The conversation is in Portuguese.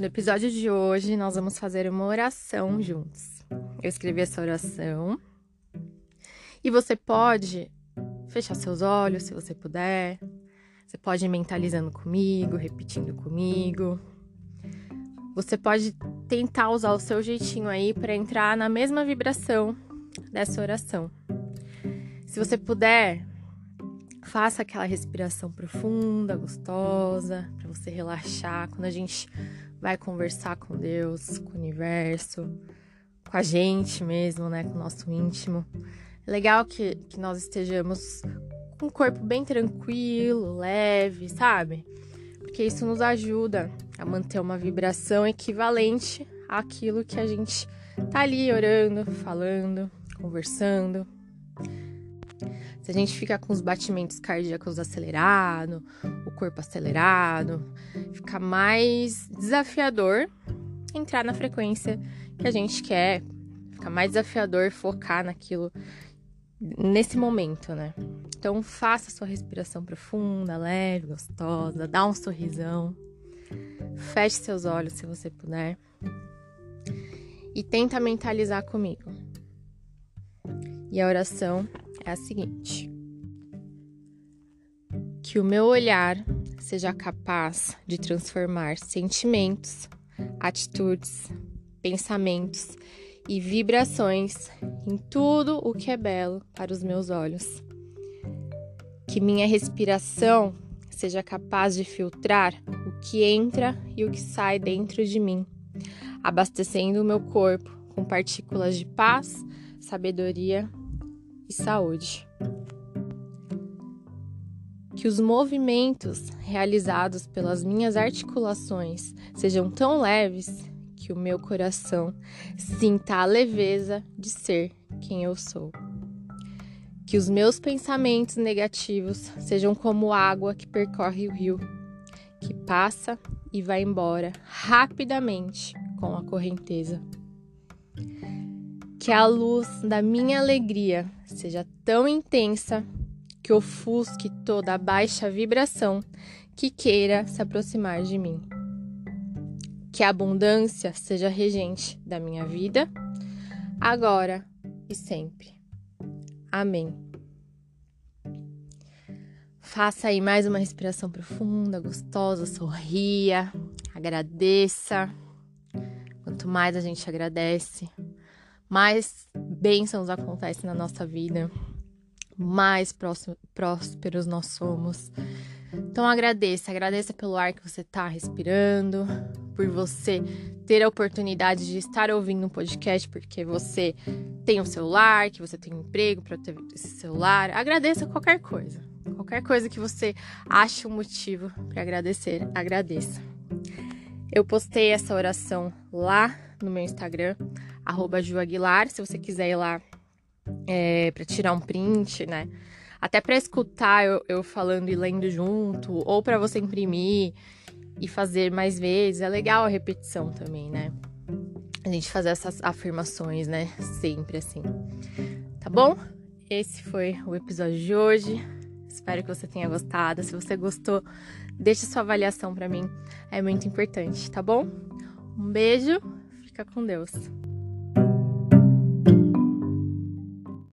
No episódio de hoje, nós vamos fazer uma oração juntos. Eu escrevi essa oração e você pode fechar seus olhos, se você puder. Você pode ir mentalizando comigo, repetindo comigo. Você pode tentar usar o seu jeitinho aí para entrar na mesma vibração dessa oração. Se você puder, faça aquela respiração profunda, gostosa, para você relaxar. Quando a gente vai conversar com Deus, com o universo, com a gente mesmo, né? Com o nosso íntimo. É legal que nós estejamos com o corpo bem tranquilo, leve, sabe? Porque isso nos ajuda a manter uma vibração equivalente àquilo que a gente tá ali orando, falando, conversando. Se a gente fica com os batimentos cardíacos acelerados, o corpo acelerado, fica mais desafiador entrar na frequência que a gente quer. Fica mais desafiador focar naquilo nesse momento, né? Então faça a sua respiração profunda, leve, gostosa, dá um sorrisão. Feche seus olhos se você puder. E tenta mentalizar comigo. E a oração é a seguinte: que o meu olhar seja capaz de transformar sentimentos, atitudes, pensamentos e vibrações em tudo o que é belo para os meus olhos. Que minha respiração seja capaz de filtrar o que entra e o que sai dentro de mim, abastecendo o meu corpo com partículas de paz, sabedoria e saúde. Que os movimentos realizados pelas minhas articulações sejam tão leves que o meu coração sinta a leveza de ser quem eu sou. Que os meus pensamentos negativos sejam como água que percorre o rio, que passa e vai embora rapidamente com a correnteza. Que a luz da minha alegria seja tão intensa que ofusque toda a baixa vibração que queira se aproximar de mim. Que a abundância seja regente da minha vida, agora e sempre. Amém. Faça aí mais uma respiração profunda, gostosa, sorria, agradeça. Quanto mais a gente agradece, mais bênçãos acontecem na nossa vida, mais prósperos nós somos. Então agradeça pelo ar que você está respirando, por você ter a oportunidade de estar ouvindo um podcast porque você tem um celular, que você tem um emprego para ter esse celular. Agradeça qualquer coisa que você ache um motivo para agradecer, agradeça. Eu postei essa oração lá no meu Instagram, @juaguilar, se você quiser ir lá para tirar um print, né? Até para escutar eu falando e lendo junto, ou para você imprimir e fazer mais vezes. É legal a repetição também, né? A gente fazer essas afirmações, né? Sempre assim. Tá bom? Esse foi o episódio de hoje. Espero que você tenha gostado. Se você gostou, deixe sua avaliação para mim. É muito importante, tá bom? Um beijo. Fica com Deus.